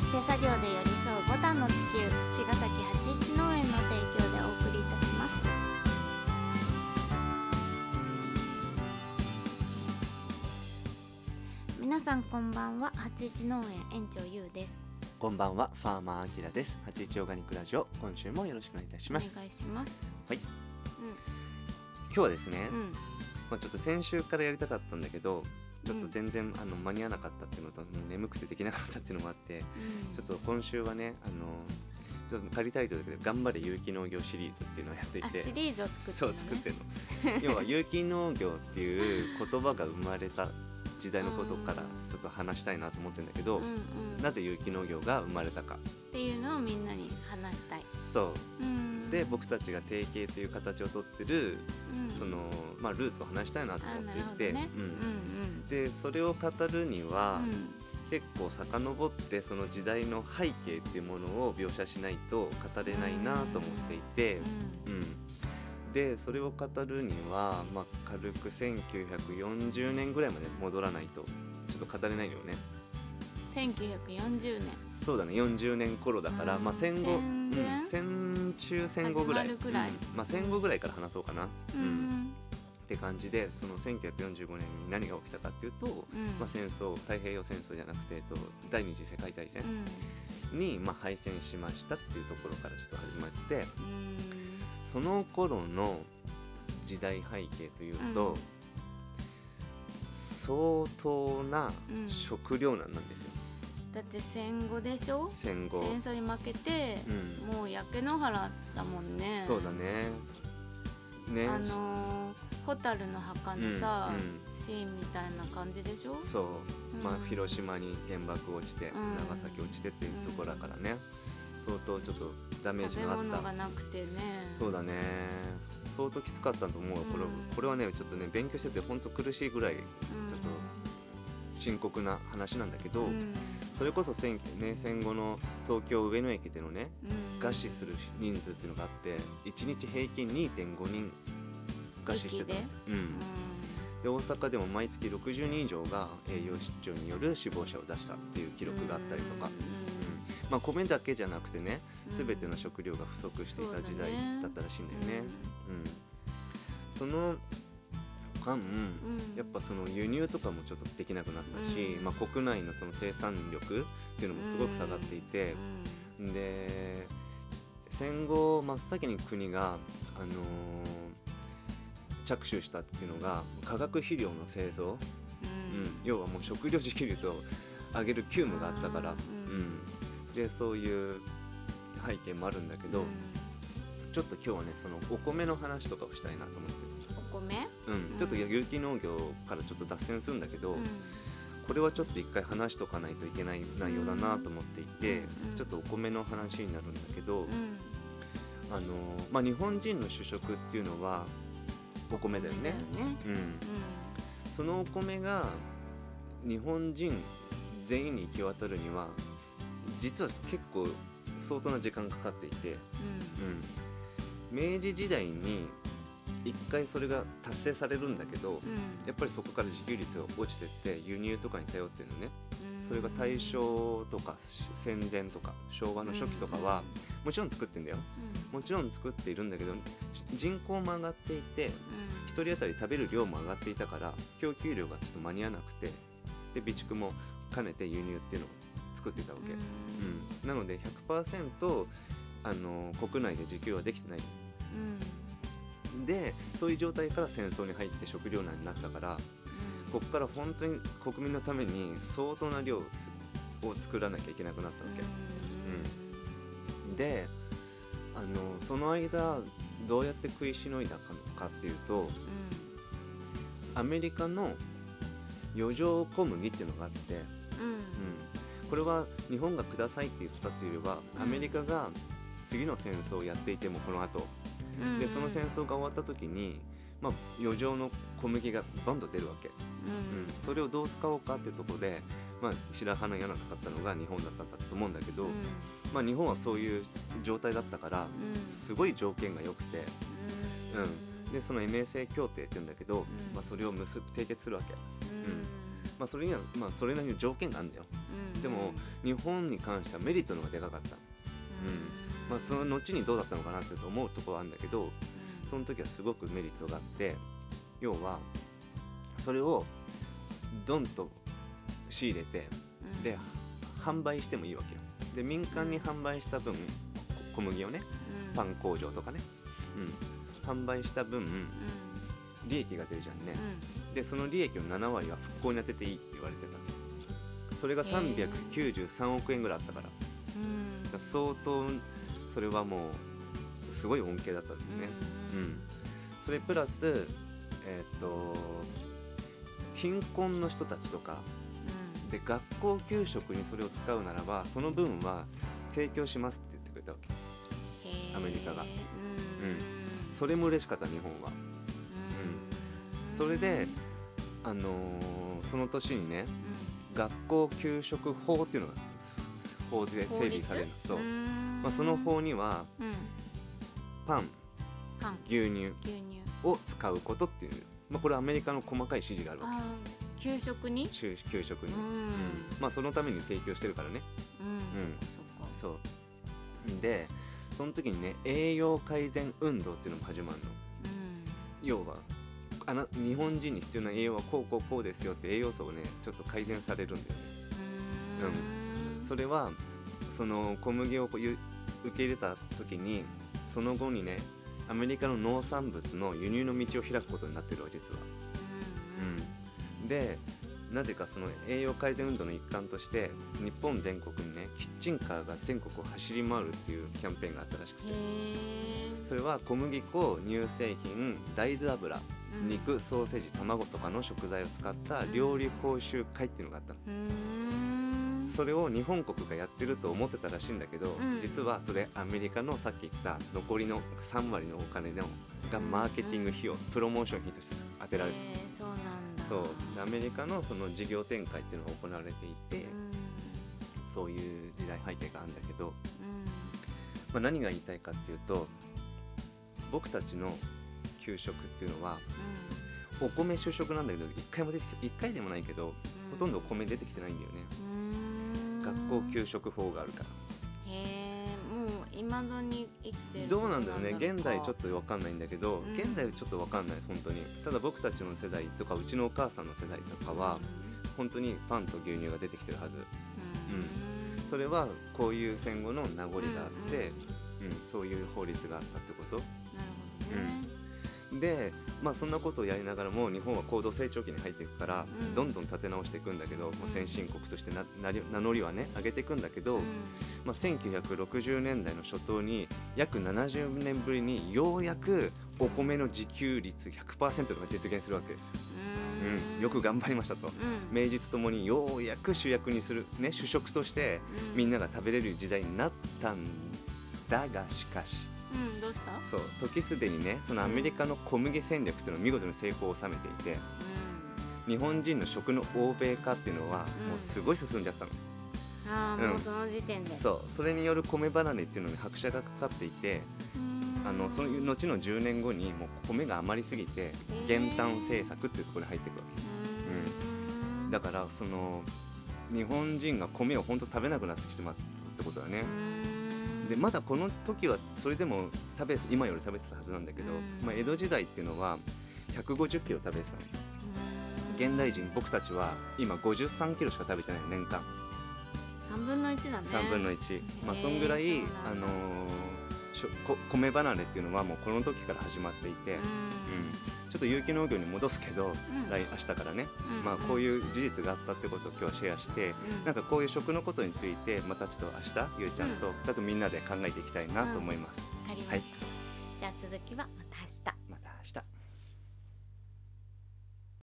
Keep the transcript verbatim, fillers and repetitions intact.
手作業で寄り添うボタンの地球、茅ヶ崎八一農園の提供でお送りいたします。皆さんこんばんは。八一農園園長ゆうです。 こんばんは、ファーマーアキラです。八一オーガニックラジオ、今週もよろしくお願いいたします。 お願いします。 はい、 うん、 今日はですね、 うんまあ、ちょっと先週からやりたかったんだけど、ちょっと全然、 うん、 あの間に合わなかったっていうのと、もう眠くてできなかったっていうのもあって、 うん、 ちょっと今週はね、あのちょっと仮タイトルだけど、頑張れ有機農業シリーズっていうのをやっていて、 あ、シリーズを作ってるのね。 そう作ってるの要は有機農業っていう言葉が生まれた時代のことからちょっと話したいなと思ってるんだけど、 うんうん、 なぜ有機農業が生まれたかっていうのをみんなに話したい。 そう、 うん、 で僕たちが定型という形をとってる、 うん、 そのまあ、ルーツを話したいなと思っていて、 ね、 うんうんうん、 でそれを語るには、 うん、 結構遡ってその時代の背景っていうものを描写しないと語れないなと思っていて、 うんうんでそれを語るには、まあ、軽くせんきゅうひゃくよんじゅうねんぐらいまで戻らないとちょっと語れないのよね。 せんきゅうひゃくよんじゅうねん、 そうだね、よんじゅうねん頃だから、 うん、 まあ、戦後、 戦前、 うん、戦中戦後ぐらい、 始まるぐらい、 うんまあ、戦後ぐらいから話そうかな、 うんうん、って感じで、そのせんきゅうひゃくよんじゅうごねんに何が起きたかっていうと、 うんまあ、戦争、太平洋戦争じゃなくて、えっと、第二次世界大戦に、まあ、敗戦しましたっていうところからちょっと始まって、 うん、 その頃の時代背景というと、 うん、 相当な食糧難なんですよ、 うん、だって戦後でしょ。 戦後戦争に負けて、うん、もう焼け野原だもんね。 そうだねね、 あのー、ホタルの墓のさ、 うんうん、 シーンみたいな感じでしょ。 そう、 うん、 まあ、広島に原爆落ちて、 うん、 長崎落ちてっていうところだからね、相当ちょっとダメージがあった。 食べ物がなくてね。 そうだね、相当きつかったと思う、これ、 うん、 これはねちょっとね勉強してて本当苦しいぐらいちょっと深刻な話なんだけど、うん、それこそ戦、ね、戦後の東京上野駅でのね、うん、餓死する人数っていうのがあって、いちにち平均 にてんごにん餓死してた。うんうん、で大阪でも毎月ろくじゅうにん以上が栄養失調による死亡者を出したっていう記録があったりとか、うんうんまあ、米だけじゃなくてね、全ての食料が不足していた時代だったらしいんだよね。うんうん、その間、うん、やっぱその輸入とかもちょっとできなくなったし、うんまあ、国内のその生産力っていうのもすごく下がっていて、うん、で戦後真っ先に国が、あのー、着手したっていうのが化学肥料の製造、うんうん、要はもう食料自給率を上げる急務があったから、うんうんでそういう背景もあるんだけど、うん、ちょっと今日はねそのお米の話とかをしたいなと思って。 お米、 うん、ちょっと有機農業からちょっと脱線するんだけど、うん、これはちょっと一回話しとかないといけない内容だなと思っていて、うん、ちょっとお米の話になるんだけど、うん、あのまあ、日本人の主食っていうのはお米だよね。 だよね、 うんうん、そのお米が日本人全員に行き渡るには実は結構相当な時間かかっていて、うんうん、明治時代に一回それが達成されるんだけど、うん、やっぱりそこから自給率が落ちてって輸入とかに頼ってるのね、うん、それが大正とか戦前とか昭和の初期とかは、うん、もちろん作ってんだよ、うん、もちろん作っているんだけど人口も上がっていて、うん、ひとり当たり食べる量も上がっていたから供給量がちょっと間に合わなくて、で備蓄も兼ねて輸入っていうのを作っていたわけ、うんうん、なので ひゃくパーセント あの国内で自給はできてない、うん、でそういう状態から戦争に入って食糧難になったから、うん、ここから本当に国民のために相当な量を作らなきゃいけなくなったわけ、うん、であのその間どうやって食いしのいだかっていうと、うん、アメリカの余剰小麦っていうのがあって、うんうんこれは日本がくださいって言ったっていうよりは、アメリカが次の戦争をやっていてもこの後、うん、でその戦争が終わった時に、まあ、余剰の小麦がバンと出るわけ、うんうん、それをどう使おうかっていうところで、まあ、白羽の矢がなかったのが日本だったと思うんだけど、うんまあ、日本はそういう状態だったから、うん、すごい条件が良くて、うん、でその英名制協定って言うんだけど、うんまあ、それを結ぶ締結するわけ、うんまあ、それには、まあ、それなりの条件があるんだよ、 うん、 でも日本に関してはメリットの方がでかかった、うんまあ、その後にどうだったのかなって思うところはあるんだけど、その時はすごくメリットがあって、要はそれをドンと仕入れて、 うん、 で販売してもいいわけよ。で民間に販売した分、小麦をね、 うん、 パン工場とかね、うん、販売した分、うん、利益が出るじゃんね、うん、でその利益のななわりは復興に当てていいって言われてた。それがさんびゃくきゅうじゅうさんおくえんぐらいあったから、うん、だから相当それはもうすごい恩恵だったんですね、うんうん、それプラスえー、っと貧困の人たちとか、うん、で学校給食にそれを使うならばその分は提供しますって言ってくれたわけ、アメリカが、うん、それも嬉しかった日本は、うん、それで、あのー、その年にね、うん、学校給食法っていうのが法で整備されるの。そう、まあ、その法には、うん、パン、パン牛乳、牛乳を使うことっていう、まあ、これアメリカの細かい指示があるわけ。給食に給食に、うんうん、まあそのために提供してるからね、うんうん、そっかそっか。そうでその時にね、栄養改善運動っていうのも始まるの、うん、要はあの日本人に必要な栄養はこうこうこうですよって栄養素をねちょっと改善されるんだよね。うん、それはその小麦を受け入れた時にその後にねアメリカの農産物の輸入の道を開くことになってるわ、実は、うんうん、でなぜかその栄養改善運動の一環として日本全国にねキッチンカーが全国を走り回るっていうキャンペーンがあったらしくて、それは小麦粉、乳製品、大豆油、うん、肉、ソーセージ、卵とかの食材を使った料理講習会っていうのがあったの、うん、それを日本国がやってると思ってたらしいんだけど、うん、実はそれアメリカのさっき言った残りのさんわりのお金のがマーケティング費用、うん、プロモーション費として当てられてた。そうなんだ。そうアメリカのその事業展開っていうのが行われていて、うん、そういう時代背景があるんだけど、うんまあ、何が言いたいかっていうと、僕たちの給食っていうのは、うん、お米主食なんだけど一回も出てきて一回でもないけど、うん、ほとんどお米出てきてないんだよね。学校給食法があるから。へえ、もう未だに生きてる。 どうなんだろうね、現代ちょっと分かんないんだけど、うん、現代はちょっと分かんない本当に。ただ僕たちの世代とかうちのお母さんの世代とかは、うん、本当にパンと牛乳が出てきてるはず、うんうん、それはこういう戦後の名残があって、うんうんうん、そういう法律があったってこと。なるほどね、うん、で、まあ、そんなことをやりながらも日本は高度成長期に入っていくから、うん、どんどん立て直していくんだけど、うん、もう先進国としてななり名乗りはね上げていくんだけど、うんまあ、せんきゅうひゃくろくじゅうねんだいの初頭に約ななじゅうねんぶりにようやくお米の自給率 ひゃくパーセント が実現するわけです。うん、よく頑張りましたと、うん、名実ともにようやく主役にする、ね、主食としてみんなが食べれる時代になったんだが、しかしうん、どうした？ そう時すでにねそのアメリカの小麦戦略っていうのを見事に成功を収めていて、うん、日本人の食の欧米化っていうのはもうすごい進んじゃったの、 うん、ああ、うん、もうその時点でそうそれによる米離れっていうのに拍車がかかっていて、あのその後のじゅうねんごにもう米が余りすぎて減反政策っていうところに入っていくわけ、うん、だからその日本人が米を本当食べなくなってきてまったってことだね。でまだこの時はそれでも食べ今より食べてたはずなんだけど、まあ、江戸時代っていうのはひゃくごじゅっキロ食べてたの。現代人僕たちは今ごじゅうさんキロしか食べてない年間。 さんぶんのいちだね。 さんぶんのいち、まあそんぐらいあのー、しょこ米離れっていうのはもうこの時から始まっていて、うん、うん、ちょっと有機農業に戻すけど、うん、来明日からね、うん、まあこういう事実があったってことを今日はシェアして、うん、なんかこういう食のことについてまたちょっと明日ゆうちゃんと、うん、あとみんなで考えていきたいなと思います。 わ、うん、かりました、はい、じゃあ続きはまた明日。